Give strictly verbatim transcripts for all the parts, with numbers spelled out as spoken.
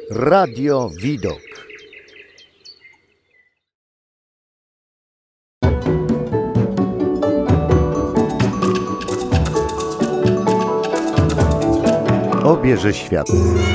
Radio Widok. Obierze świat.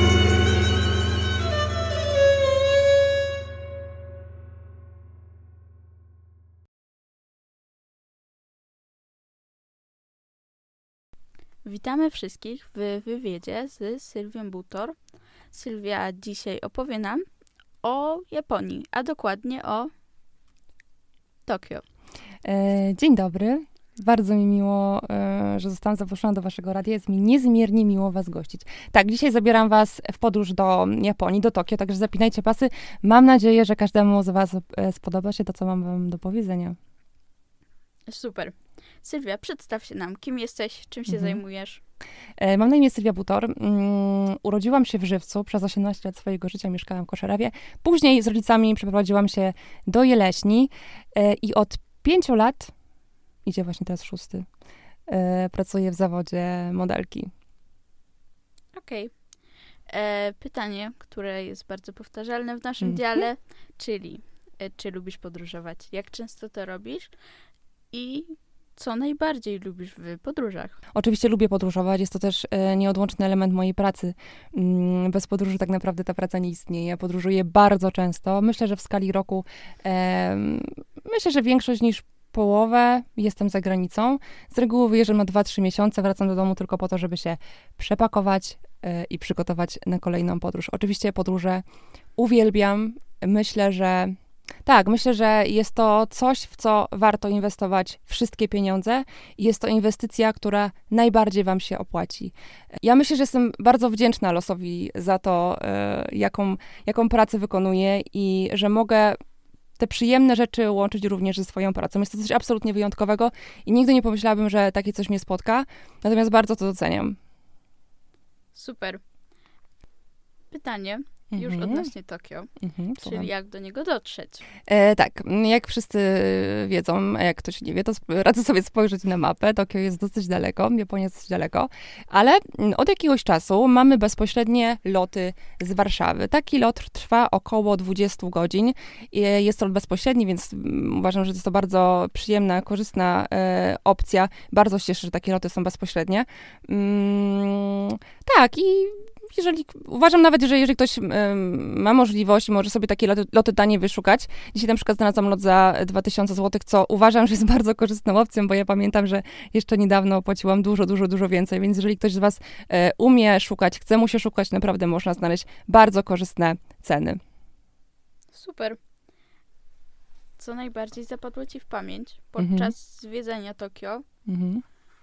Witamy wszystkich w wywiadzie z Sylwią Butor. Sylwia dzisiaj opowie nam o Japonii, a dokładnie o Tokio. E, dzień dobry. Bardzo mi miło, e, że zostałam zaproszona do waszego radia. Jest mi niezmiernie miło was gościć. Tak, dzisiaj zabieram was w podróż do Japonii, do Tokio, także zapinajcie pasy. Mam nadzieję, że każdemu z was e, spodoba się to, co mam wam do powiedzenia. Super. Sylwia, przedstaw się nam. Kim jesteś? Czym się Mhm. zajmujesz? E, mam na imię Sylwia Butor. Mm, urodziłam się w Żywcu. Przez osiemnaście lat swojego życia mieszkałam w Koszarawie. Później z rodzicami przeprowadziłam się do Jeleśni e, i od pięciu lat, idzie właśnie teraz szósty, e, pracuję w zawodzie modelki. Okej. E, Pytanie, które jest bardzo powtarzalne w naszym Mhm. dziale, czyli e, czy lubisz podróżować? Jak często to robisz? I co najbardziej lubisz w podróżach? Oczywiście lubię podróżować, jest to też e, nieodłączny element mojej pracy. Mm, bez podróży tak naprawdę ta praca nie istnieje. Podróżuję bardzo często. Myślę, że w skali roku, e, myślę, że większość niż połowę jestem za granicą. Z reguły wyjeżdżam na dwa trzy miesiące, wracam do domu tylko po to, żeby się przepakować e, i przygotować na kolejną podróż. Oczywiście podróże uwielbiam. Myślę, że Tak, myślę, że jest to coś, w co warto inwestować wszystkie pieniądze i jest to inwestycja, która najbardziej wam się opłaci. Ja myślę, że jestem bardzo wdzięczna losowi za to, e, jaką, jaką pracę wykonuję i że mogę te przyjemne rzeczy łączyć również ze swoją pracą. Jest to coś absolutnie wyjątkowego i nigdy nie pomyślałabym, że takie coś mnie spotka, natomiast bardzo to doceniam. Super. Pytanie już Mhm. odnośnie Tokio, Mhm, słucham. czyli jak do niego dotrzeć? E, tak, jak wszyscy wiedzą, a jak ktoś nie wie, to sp- radzę sobie spojrzeć na mapę. Tokio jest dosyć daleko, Japonia jest dosyć daleko, ale mm, od jakiegoś czasu mamy bezpośrednie loty z Warszawy. Taki lot trwa około dwadzieścia godzin. E, Jest to lot bezpośredni, więc mm, uważam, że jest to bardzo przyjemna, korzystna e, opcja. Bardzo się cieszę, że takie loty są bezpośrednie. Mm, tak, i jeżeli, uważam nawet, że jeżeli ktoś ym, ma możliwość, może sobie takie loty, loty tanie wyszukać. Dzisiaj na przykład znalazłam lot za dwa tysiące złotych, co uważam, że jest bardzo korzystną opcją, bo ja pamiętam, że jeszcze niedawno płaciłam dużo, dużo, dużo więcej, więc jeżeli ktoś z was e, umie szukać, chce mu się szukać, naprawdę można znaleźć bardzo korzystne ceny. Super. Co najbardziej zapadło ci w pamięć Mhm. podczas zwiedzania Tokio? Mhm.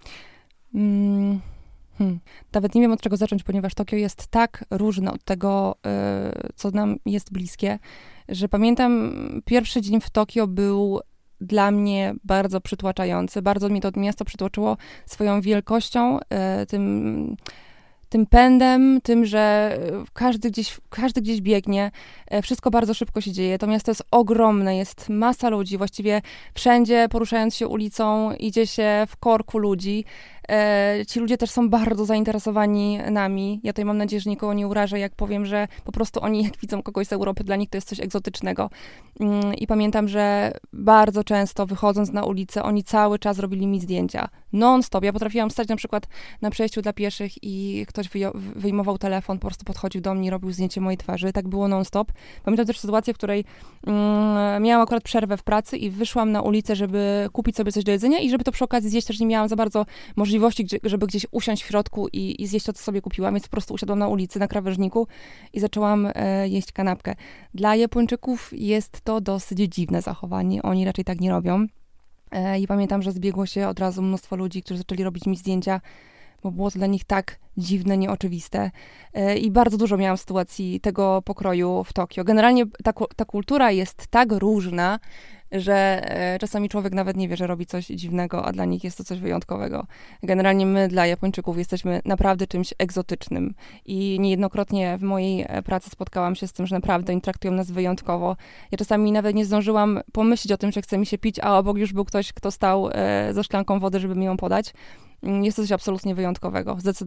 Mm. Hmm. Nawet nie wiem, od czego zacząć, ponieważ Tokio jest tak różne od tego, y, co nam jest bliskie, że pamiętam, pierwszy dzień w Tokio był dla mnie bardzo przytłaczający. Bardzo mnie to miasto przytłoczyło swoją wielkością, y, tym, tym pędem, tym, że każdy gdzieś, każdy gdzieś biegnie. Y, wszystko bardzo szybko się dzieje. To miasto jest ogromne, jest masa ludzi. Właściwie wszędzie, poruszając się ulicą, idzie się w korku ludzi. E, ci ludzie też są bardzo zainteresowani nami. Ja tutaj mam nadzieję, że nikogo nie urażę, jak powiem, że po prostu oni, jak widzą kogoś z Europy, dla nich to jest coś egzotycznego. Mm, I pamiętam, że bardzo często wychodząc na ulicę, oni cały czas robili mi zdjęcia. Non-stop. Ja potrafiłam stać na przykład na przejściu dla pieszych i ktoś wyjo- wyjmował telefon, po prostu podchodził do mnie i robił zdjęcie mojej twarzy. Tak było non-stop. Pamiętam też sytuację, w której mm, miałam akurat przerwę w pracy i wyszłam na ulicę, żeby kupić sobie coś do jedzenia i żeby to przy okazji zjeść, też nie miałam za bardzo możliwości, gdzie, żeby gdzieś usiąść w środku i, i zjeść to, co sobie kupiłam, więc po prostu usiadłam na ulicy, na krawężniku i zaczęłam e, jeść kanapkę. Dla Japończyków jest to dosyć dziwne zachowanie, oni raczej tak nie robią. E, I pamiętam, że zbiegło się od razu mnóstwo ludzi, którzy zaczęli robić mi zdjęcia, bo było to dla nich tak dziwne, nieoczywiste. E, I bardzo dużo miałam sytuacji tego pokroju w Tokio. Generalnie ta, ku- ta kultura jest tak różna, że e, czasami człowiek nawet nie wie, że robi coś dziwnego, a dla nich jest to coś wyjątkowego. Generalnie my dla Japończyków jesteśmy naprawdę czymś egzotycznym i niejednokrotnie w mojej e, pracy spotkałam się z tym, że naprawdę oni traktują nas wyjątkowo. Ja czasami nawet nie zdążyłam pomyśleć o tym, że chce mi się pić, a obok już był ktoś, kto stał e, ze szklanką wody, żeby mi ją podać. Jest to coś absolutnie wyjątkowego, zdecydowanie.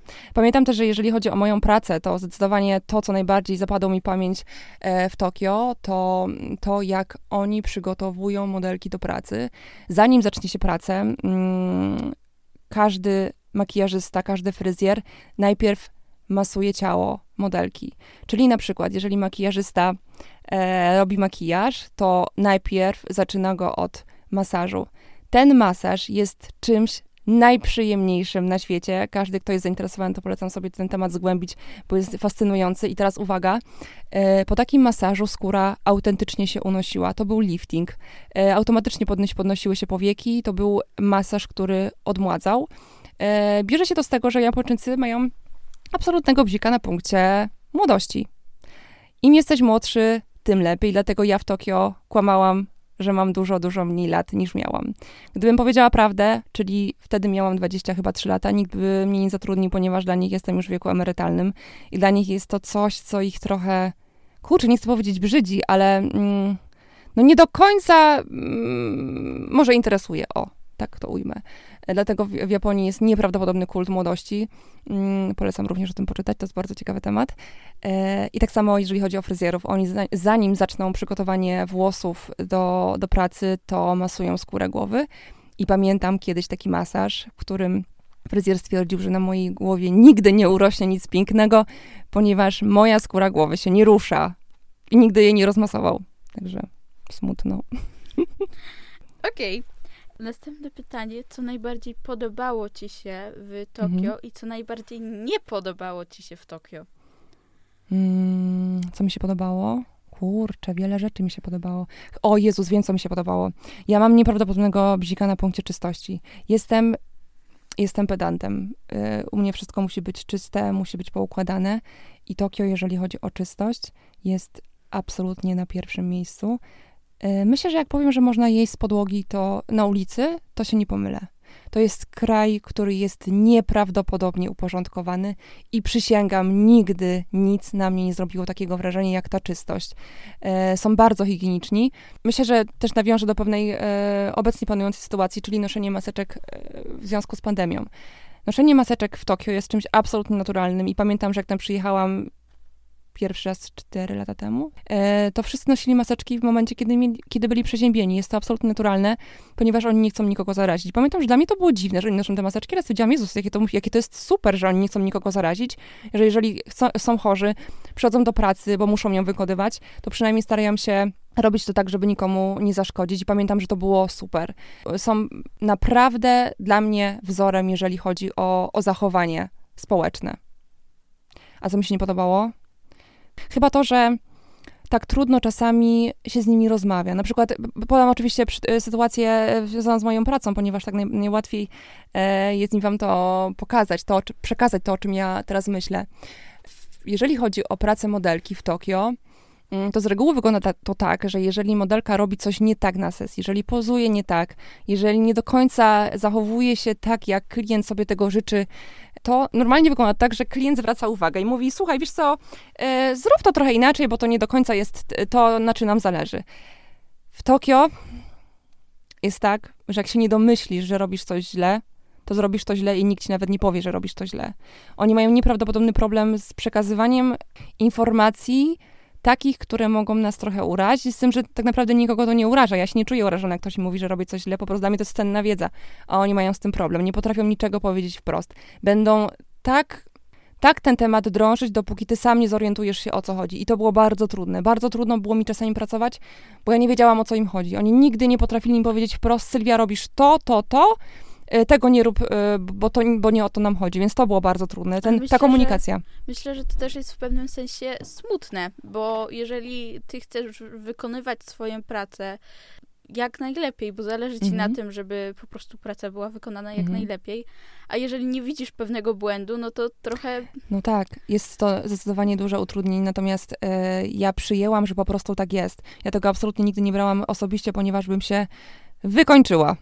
Pamiętam też, że jeżeli chodzi o moją pracę, to zdecydowanie to, co najbardziej zapadło mi w pamięć e, w Tokio, to to, jak oni przygotowują modelki do pracy. Zanim zacznie się pracę, mm, każdy makijażysta, każdy fryzjer najpierw masuje ciało modelki. Czyli na przykład, jeżeli makijażysta e, robi makijaż, to najpierw zaczyna go od masażu. Ten masaż jest czymś najprzyjemniejszym na świecie. Każdy, kto jest zainteresowany, to polecam sobie ten temat zgłębić, bo jest fascynujący. I teraz uwaga, e, po takim masażu skóra autentycznie się unosiła. To był lifting. E, automatycznie podnosi, podnosiły się powieki. To był masaż, który odmładzał. E, bierze się to z tego, że Japończycy mają absolutnego bzika na punkcie młodości. Im jesteś młodszy, tym lepiej. Dlatego ja w Tokio kłamałam, że mam dużo, dużo mniej lat niż miałam. Gdybym powiedziała prawdę, czyli wtedy miałam dwadzieścia chyba trzy lata, nikt by mnie nie zatrudnił, ponieważ dla nich jestem już w wieku emerytalnym i dla nich jest to coś, co ich trochę, kurczę, nie chcę powiedzieć brzydzi, ale mm, no nie do końca mm, może interesuje, o, tak to ujmę. Dlatego w, w Japonii jest nieprawdopodobny kult młodości. Mm, polecam również o tym poczytać, to jest bardzo ciekawy temat. E, I tak samo, jeżeli chodzi o fryzjerów, oni za, zanim zaczną przygotowanie włosów do, do pracy, to masują skórę głowy. I pamiętam kiedyś taki masaż, w którym fryzjer stwierdził, że na mojej głowie nigdy nie urośnie nic pięknego, ponieważ moja skóra głowy się nie rusza. I nigdy jej nie rozmasował. Także smutno. Okej. Okay. Następne pytanie, co najbardziej podobało ci się w Tokio Mhm. i co najbardziej nie podobało ci się w Tokio? Mm, co mi się podobało? Kurczę, wiele rzeczy mi się podobało. O Jezus, wiem, co mi się podobało. Ja mam nieprawdopodobnego bzika na punkcie czystości. Jestem, jestem pedantem. Y, u mnie wszystko musi być czyste, musi być poukładane. I Tokio, jeżeli chodzi o czystość, jest absolutnie na pierwszym miejscu. Myślę, że jak powiem, że można jeść z podłogi to na ulicy, to się nie pomylę. To jest kraj, który jest nieprawdopodobnie uporządkowany i przysięgam, nigdy nic na mnie nie zrobiło takiego wrażenia jak ta czystość. E, są bardzo higieniczni. Myślę, że też nawiążę do pewnej e, obecnie panującej sytuacji, czyli noszenie maseczek e, w związku z pandemią. Noszenie maseczek w Tokio jest czymś absolutnie naturalnym i pamiętam, że jak tam przyjechałam pierwszy raz cztery lata temu, e, to wszyscy nosili maseczki w momencie, kiedy, mieli, kiedy byli przeziębieni. Jest to absolutnie naturalne, ponieważ oni nie chcą nikogo zarazić. Pamiętam, że dla mnie to było dziwne, że oni noszą te maseczki, ale stwierdziłam, Jezus, jakie to, jakie to jest super, że oni nie chcą nikogo zarazić, że jeżeli chcą, są chorzy, przychodzą do pracy, bo muszą ją wykonywać, to przynajmniej starają się robić to tak, żeby nikomu nie zaszkodzić i pamiętam, że to było super. Są naprawdę dla mnie wzorem, jeżeli chodzi o, o zachowanie społeczne. A co mi się nie podobało? Chyba to, że tak trudno czasami się z nimi rozmawia. Na przykład podam oczywiście sytuację związaną z moją pracą, ponieważ tak naj, najłatwiej jest mi wam to pokazać, to, przekazać to, o czym ja teraz myślę. Jeżeli chodzi o pracę modelki w Tokio, to z reguły wygląda to tak, że jeżeli modelka robi coś nie tak na sesji, jeżeli pozuje nie tak, jeżeli nie do końca zachowuje się tak, jak klient sobie tego życzy, to normalnie wygląda tak, że klient zwraca uwagę i mówi, słuchaj, wiesz co, e, zrób to trochę inaczej, bo to nie do końca jest to, na czym nam zależy. W Tokio jest tak, że jak się nie domyślisz, że robisz coś źle, to zrobisz to źle i nikt ci nawet nie powie, że robisz to źle. Oni mają nieprawdopodobny problem z przekazywaniem informacji takich, które mogą nas trochę urazić, z tym, że tak naprawdę nikogo to nie uraża. Ja się nie czuję urażona, jak ktoś mi mówi, że robi coś źle, po prostu dla mnie to jest cenna wiedza, a oni mają z tym problem. Nie potrafią niczego powiedzieć wprost. Będą tak, tak ten temat drążyć, dopóki ty sam nie zorientujesz się, o co chodzi. I to było bardzo trudne. Bardzo trudno było mi czasami pracować, bo ja nie wiedziałam, o co im chodzi. Oni nigdy nie potrafili mi powiedzieć wprost, Sylwia, robisz to, to, to, tego nie rób, bo, to, bo nie o to nam chodzi, więc to było bardzo trudne, Ten, myślę, ta komunikacja. Że, myślę, że to też jest w pewnym sensie smutne, bo jeżeli ty chcesz wykonywać swoją pracę jak najlepiej, bo zależy ci mhm. na tym, żeby po prostu praca była wykonana jak mhm. najlepiej, a jeżeli nie widzisz pewnego błędu, no to trochę... No tak, jest to zdecydowanie duże utrudnienie, natomiast e, ja przyjęłam, że po prostu tak jest. Ja tego absolutnie nigdy nie brałam osobiście, ponieważ bym się wykończyła.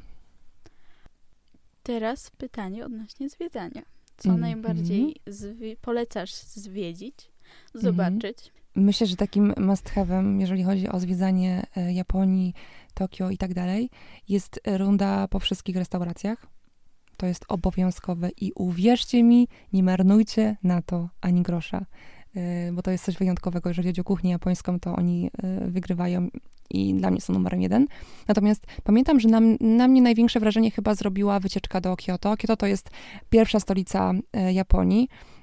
Teraz pytanie odnośnie zwiedzania. Co mm-hmm. najbardziej zwi- polecasz zwiedzić, zobaczyć? Mm-hmm. Myślę, że takim must have'em, jeżeli chodzi o zwiedzanie e, Japonii, Tokio i tak dalej, jest runda po wszystkich restauracjach. To jest obowiązkowe i uwierzcie mi, nie marnujcie na to ani grosza, bo to jest coś wyjątkowego. Jeżeli chodzi o kuchnię japońską, to oni wygrywają i dla mnie są numerem jeden. Natomiast pamiętam, że na, na mnie największe wrażenie chyba zrobiła wycieczka do Kyoto. Kyoto to jest pierwsza stolica Japonii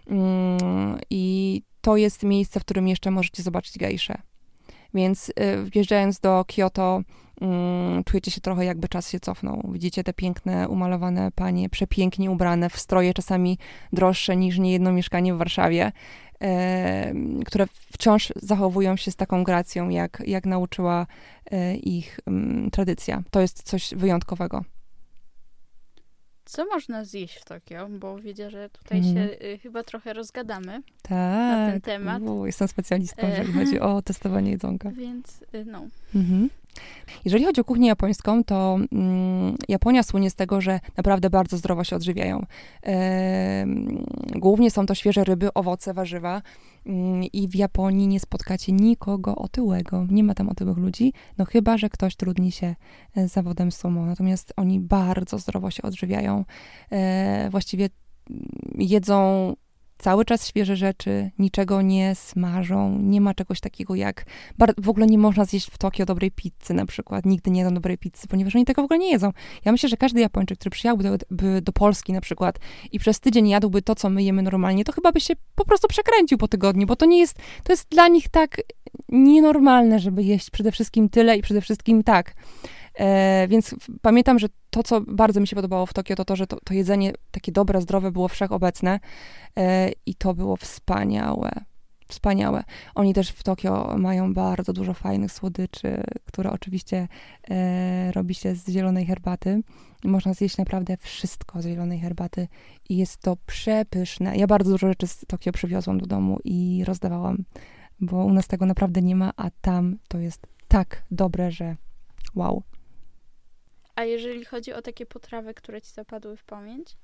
i to jest miejsce, w którym jeszcze możecie zobaczyć gejsze. Więc wjeżdżając do Kyoto, um, czujecie się trochę, jakby czas się cofnął. Widzicie te piękne, umalowane panie, przepięknie ubrane, w stroje czasami droższe niż niejedno mieszkanie w Warszawie, e, które wciąż zachowują się z taką gracją, jak, jak nauczyła e, ich um, tradycja. To jest coś wyjątkowego. Co można zjeść w Tokio? Bo widzę, że tutaj Mhm. się y, chyba trochę rozgadamy Tak. na ten temat. U, jestem specjalistą, jeżeli E. chodzi o testowanie jedzonka. Więc y, no. Mhm. Jeżeli chodzi o kuchnię japońską, to mm, Japonia słynie z tego, że naprawdę bardzo zdrowo się odżywiają. E, głównie są to świeże ryby, owoce, warzywa mm, i w Japonii nie spotkacie nikogo otyłego. Nie ma tam otyłych ludzi, no chyba że ktoś trudni się z zawodem sumo. Natomiast oni bardzo zdrowo się odżywiają. E, właściwie jedzą cały czas świeże rzeczy, niczego nie smażą, nie ma czegoś takiego jak... Bar- w ogóle nie można zjeść w Tokio dobrej pizzy na przykład, nigdy nie jedzą dobrej pizzy, ponieważ oni tego w ogóle nie jedzą. Ja myślę, że każdy Japończyk, który przyjechałby do, by do Polski na przykład i przez tydzień jadłby to, co my jemy normalnie, to chyba by się po prostu przekręcił po tygodniu, bo to nie jest... To jest dla nich tak nienormalne, żeby jeść przede wszystkim tyle i przede wszystkim tak. E, więc f- pamiętam, że to, co bardzo mi się podobało w Tokio, to to, że to, to jedzenie takie dobre, zdrowe było wszechobecne e, i to było wspaniałe. Wspaniałe. Oni też w Tokio mają bardzo dużo fajnych słodyczy, które oczywiście e, robi się z zielonej herbaty. Można zjeść naprawdę wszystko z zielonej herbaty i jest to przepyszne. Ja bardzo dużo rzeczy z Tokio przywiozłam do domu i rozdawałam, bo u nas tego naprawdę nie ma, a tam to jest tak dobre, że wow. A jeżeli chodzi o takie potrawy, które ci zapadły w pamięć?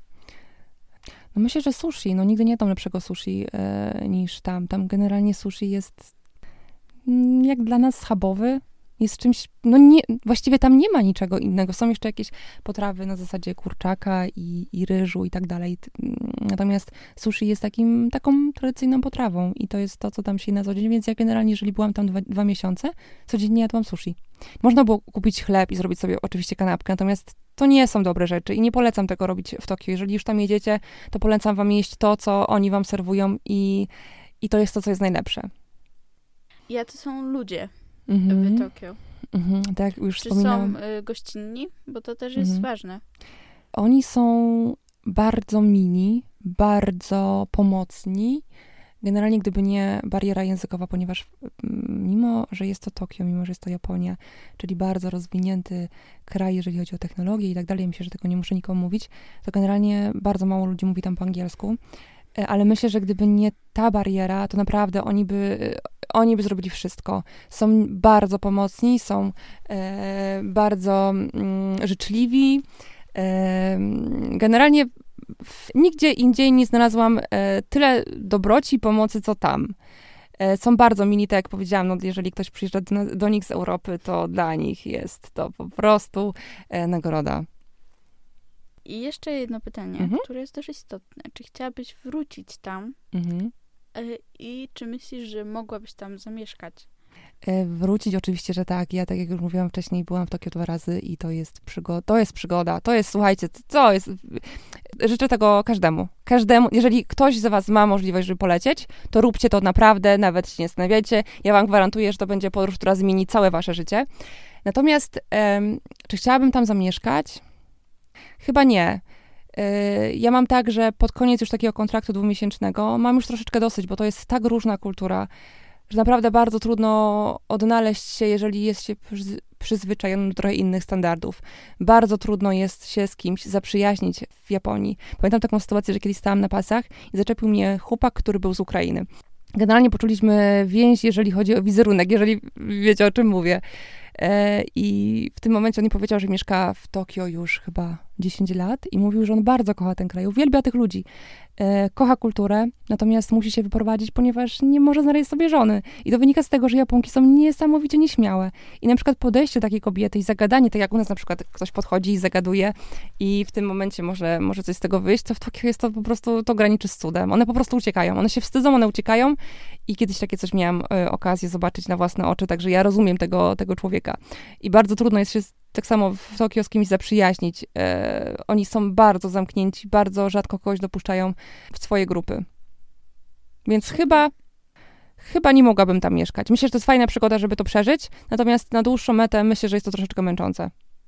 No myślę, że sushi. No nigdy nie jadłam lepszego sushi e, niż tam. Tam generalnie sushi jest mm, jak dla nas schabowy. Jest czymś, no nie, właściwie tam nie ma niczego innego. Są jeszcze jakieś potrawy na zasadzie kurczaka i, i ryżu i tak dalej. Natomiast sushi jest takim, taką tradycyjną potrawą i to jest to, co tam się je na co dzień, więc ja generalnie, jeżeli byłam tam dwa, dwa miesiące, codziennie jadłam sushi. Można było kupić chleb i zrobić sobie oczywiście kanapkę, natomiast to nie są dobre rzeczy i nie polecam tego robić w Tokio. Jeżeli już tam jedziecie, to polecam wam jeść to, co oni wam serwują i, i to jest to, co jest najlepsze. Ja to są ludzie Mhm. w Tokio. Mhm. Tak jak już Czy wspominałam. są y, gościnni? Bo to też jest Mhm. ważne. Oni są bardzo mili, bardzo pomocni. Generalnie gdyby nie bariera językowa, ponieważ mm, mimo, że jest to Tokio, mimo, że jest to Japonia, czyli bardzo rozwinięty kraj, jeżeli chodzi o technologię i tak dalej, myślę, że tego nie muszę nikomu mówić, to generalnie bardzo mało ludzi mówi tam po angielsku. E, Ale myślę, że gdyby nie ta bariera, to naprawdę oni by, oni by zrobili wszystko. Są bardzo pomocni, są e, bardzo mm, życzliwi. E, generalnie w, nigdzie indziej nie znalazłam e, tyle dobroci i pomocy, co tam. E, są bardzo mili, tak jak powiedziałam, no, jeżeli ktoś przyjeżdża do, do nich z Europy, to dla nich jest to po prostu e, nagroda. I jeszcze jedno pytanie, Mhm. które jest dość istotne. Czy chciałabyś wrócić tam Mhm. y, i czy myślisz, że mogłabyś tam zamieszkać? E, Wrócić oczywiście, że tak. Ja, tak jak już mówiłam wcześniej, byłam w Tokio dwa razy i to jest przygoda. To jest przygoda. To jest, słuchajcie, to jest... Życzę tego każdemu. Każdemu. Jeżeli ktoś z was ma możliwość, żeby polecieć, to róbcie to naprawdę, nawet się nie zastanawiajcie. Ja wam gwarantuję, że to będzie podróż, która zmieni całe wasze życie. Natomiast, em, czy chciałabym tam zamieszkać? Chyba nie. Y, Ja mam tak, że pod koniec już takiego kontraktu dwumiesięcznego mam już troszeczkę dosyć, bo to jest tak różna kultura, że naprawdę bardzo trudno odnaleźć się, jeżeli jest się przyz- przyzwyczajonym do trochę innych standardów. Bardzo trudno jest się z kimś zaprzyjaźnić w Japonii. Pamiętam taką sytuację, że kiedyś stałam na pasach i zaczepił mnie chłopak, który był z Ukrainy. Generalnie poczuliśmy więź, jeżeli chodzi o wizerunek, jeżeli wiecie, o czym mówię. E, I w tym momencie on mi powiedział, że mieszka w Tokio już chyba dziesięć lat i mówił, że on bardzo kocha ten kraj, uwielbia tych ludzi, e, kocha kulturę, natomiast musi się wyprowadzić, ponieważ nie może znaleźć sobie żony. I to wynika z tego, że Japonki są niesamowicie nieśmiałe. I na przykład podejście takiej kobiety i zagadanie, tak jak u nas na przykład ktoś podchodzi i zagaduje i w tym momencie może, może coś z tego wyjść, to w Tokio jest to po prostu, to graniczy z cudem. One po prostu uciekają. One się wstydzą, one uciekają i kiedyś takie coś miałam e, okazję zobaczyć na własne oczy, także ja rozumiem tego, tego człowieka. I bardzo trudno jest się tak samo w Tokio z kimś zaprzyjaźnić. E, oni są bardzo zamknięci, bardzo rzadko kogoś dopuszczają w swoje grupy. Więc chyba, chyba nie mogłabym tam mieszkać. Myślę, że to jest fajna przygoda, żeby to przeżyć, natomiast na dłuższą metę myślę, że jest to troszeczkę męczące.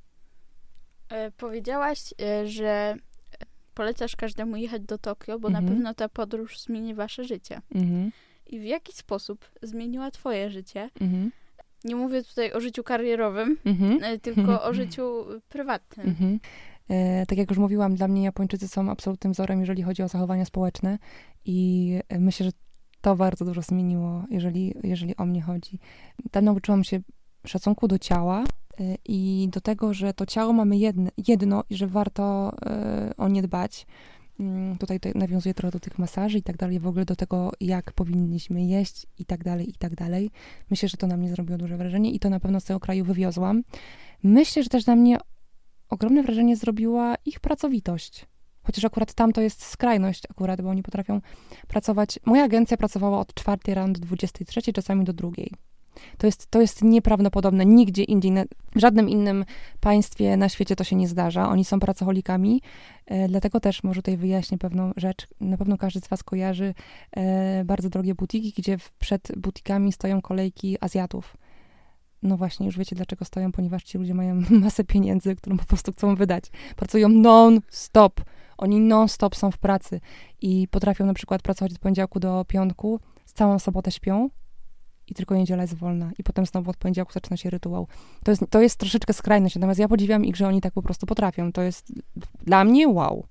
E, powiedziałaś, e, że polecasz każdemu jechać do Tokio, bo Mhm. na pewno ta podróż zmieni wasze życie. Mhm. I w jaki sposób zmieniła twoje życie? Mhm. Nie mówię tutaj o życiu karierowym, Mhm. e, tylko o życiu prywatnym. Mhm. E, tak jak już mówiłam, dla mnie Japończycy są absolutnym wzorem, jeżeli chodzi o zachowania społeczne i e, myślę, że to bardzo dużo zmieniło, jeżeli, jeżeli o mnie chodzi. Tam nauczyłam się szacunku do ciała e, i do tego, że to ciało mamy jedno, jedno i że warto e, o nie dbać. Mm, Tutaj to nawiązuję trochę do tych masaży i tak dalej, w ogóle do tego, jak powinniśmy jeść i tak dalej, i tak dalej. Myślę, że to na mnie zrobiło duże wrażenie i to na pewno z tego kraju wywiozłam. Myślę, że też na mnie ogromne wrażenie zrobiła ich pracowitość. Chociaż akurat tam to jest skrajność akurat, bo oni potrafią pracować. Moja agencja pracowała od czwartej rano do dwudziestej trzeciej, czasami do drugiej. To jest, to jest nieprawdopodobne. Nigdzie indziej, na, w żadnym innym państwie na świecie to się nie zdarza. Oni są pracoholikami, e, dlatego też może tutaj wyjaśnię pewną rzecz. Na pewno każdy z was kojarzy e, bardzo drogie butiki, gdzie w, przed butikami stoją kolejki Azjatów. No właśnie, już wiecie, dlaczego stoją, ponieważ ci ludzie mają masę pieniędzy, którą po prostu chcą wydać. Pracują non-stop. Oni non-stop są w pracy i potrafią na przykład pracować od poniedziałku do piątku, z całą sobotę śpią i tylko niedziela jest wolna. I potem znowu od poniedziałku zaczyna się rytuał. To jest, to jest troszeczkę skrajność, natomiast ja podziwiam ich, że oni tak po prostu potrafią. To jest dla mnie wow.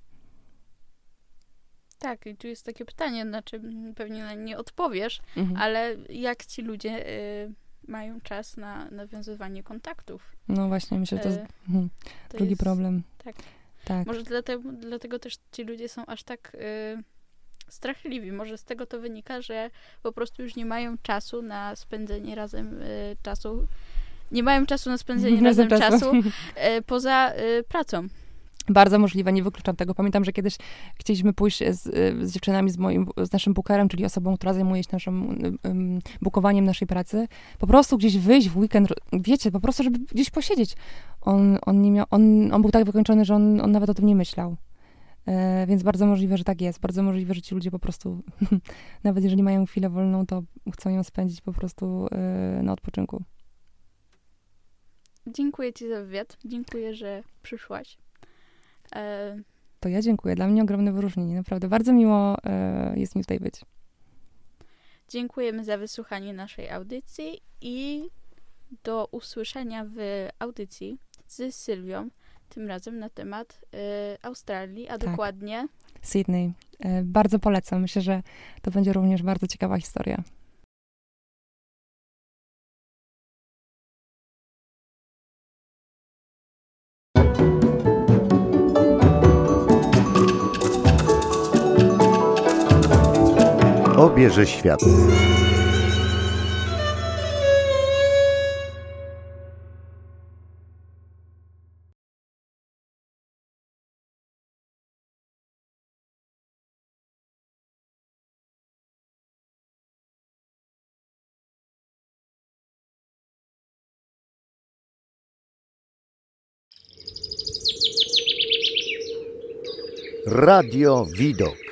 Tak, i tu jest takie pytanie, znaczy m, pewnie na nie odpowiesz, Mhm. ale jak ci ludzie y, mają czas na nawiązywanie kontaktów? No właśnie, myślę, że to jest E, mhm, to drugi jest- problem. tak. Tak. Może dlatego, dlatego też ci ludzie są aż tak y, strachliwi. Może z tego to wynika, że po prostu już nie mają czasu na spędzenie razem y, czasu. Nie mają czasu na spędzenie razem czasu y, poza y, pracą. Bardzo możliwe, nie wykluczam tego. Pamiętam, że kiedyś chcieliśmy pójść z, z dziewczynami, z moim, z naszym bookerem, czyli osobą, która zajmuje się naszym um, bukowaniem naszej pracy. Po prostu gdzieś wyjść w weekend, wiecie, po prostu, żeby gdzieś posiedzieć. On, on, nie miał, on, on był tak wykończony, że on, on nawet o tym nie myślał. E, więc bardzo możliwe, że tak jest. Bardzo możliwe, że ci ludzie po prostu, nawet jeżeli mają chwilę wolną, to chcą ją spędzić po prostu e, na odpoczynku. Dziękuję ci za wywiad. Dziękuję, że przyszłaś. E, To ja dziękuję. Dla mnie ogromne wyróżnienie. Naprawdę bardzo miło e, jest mi tutaj być. Dziękujemy za wysłuchanie naszej audycji i do usłyszenia w audycji z Sylwią, tym razem na temat y, Australii, a Tak. dokładnie Sydney. E, Bardzo polecam. Myślę, że to będzie również bardzo ciekawa historia. Obierze świat. Radio Widok.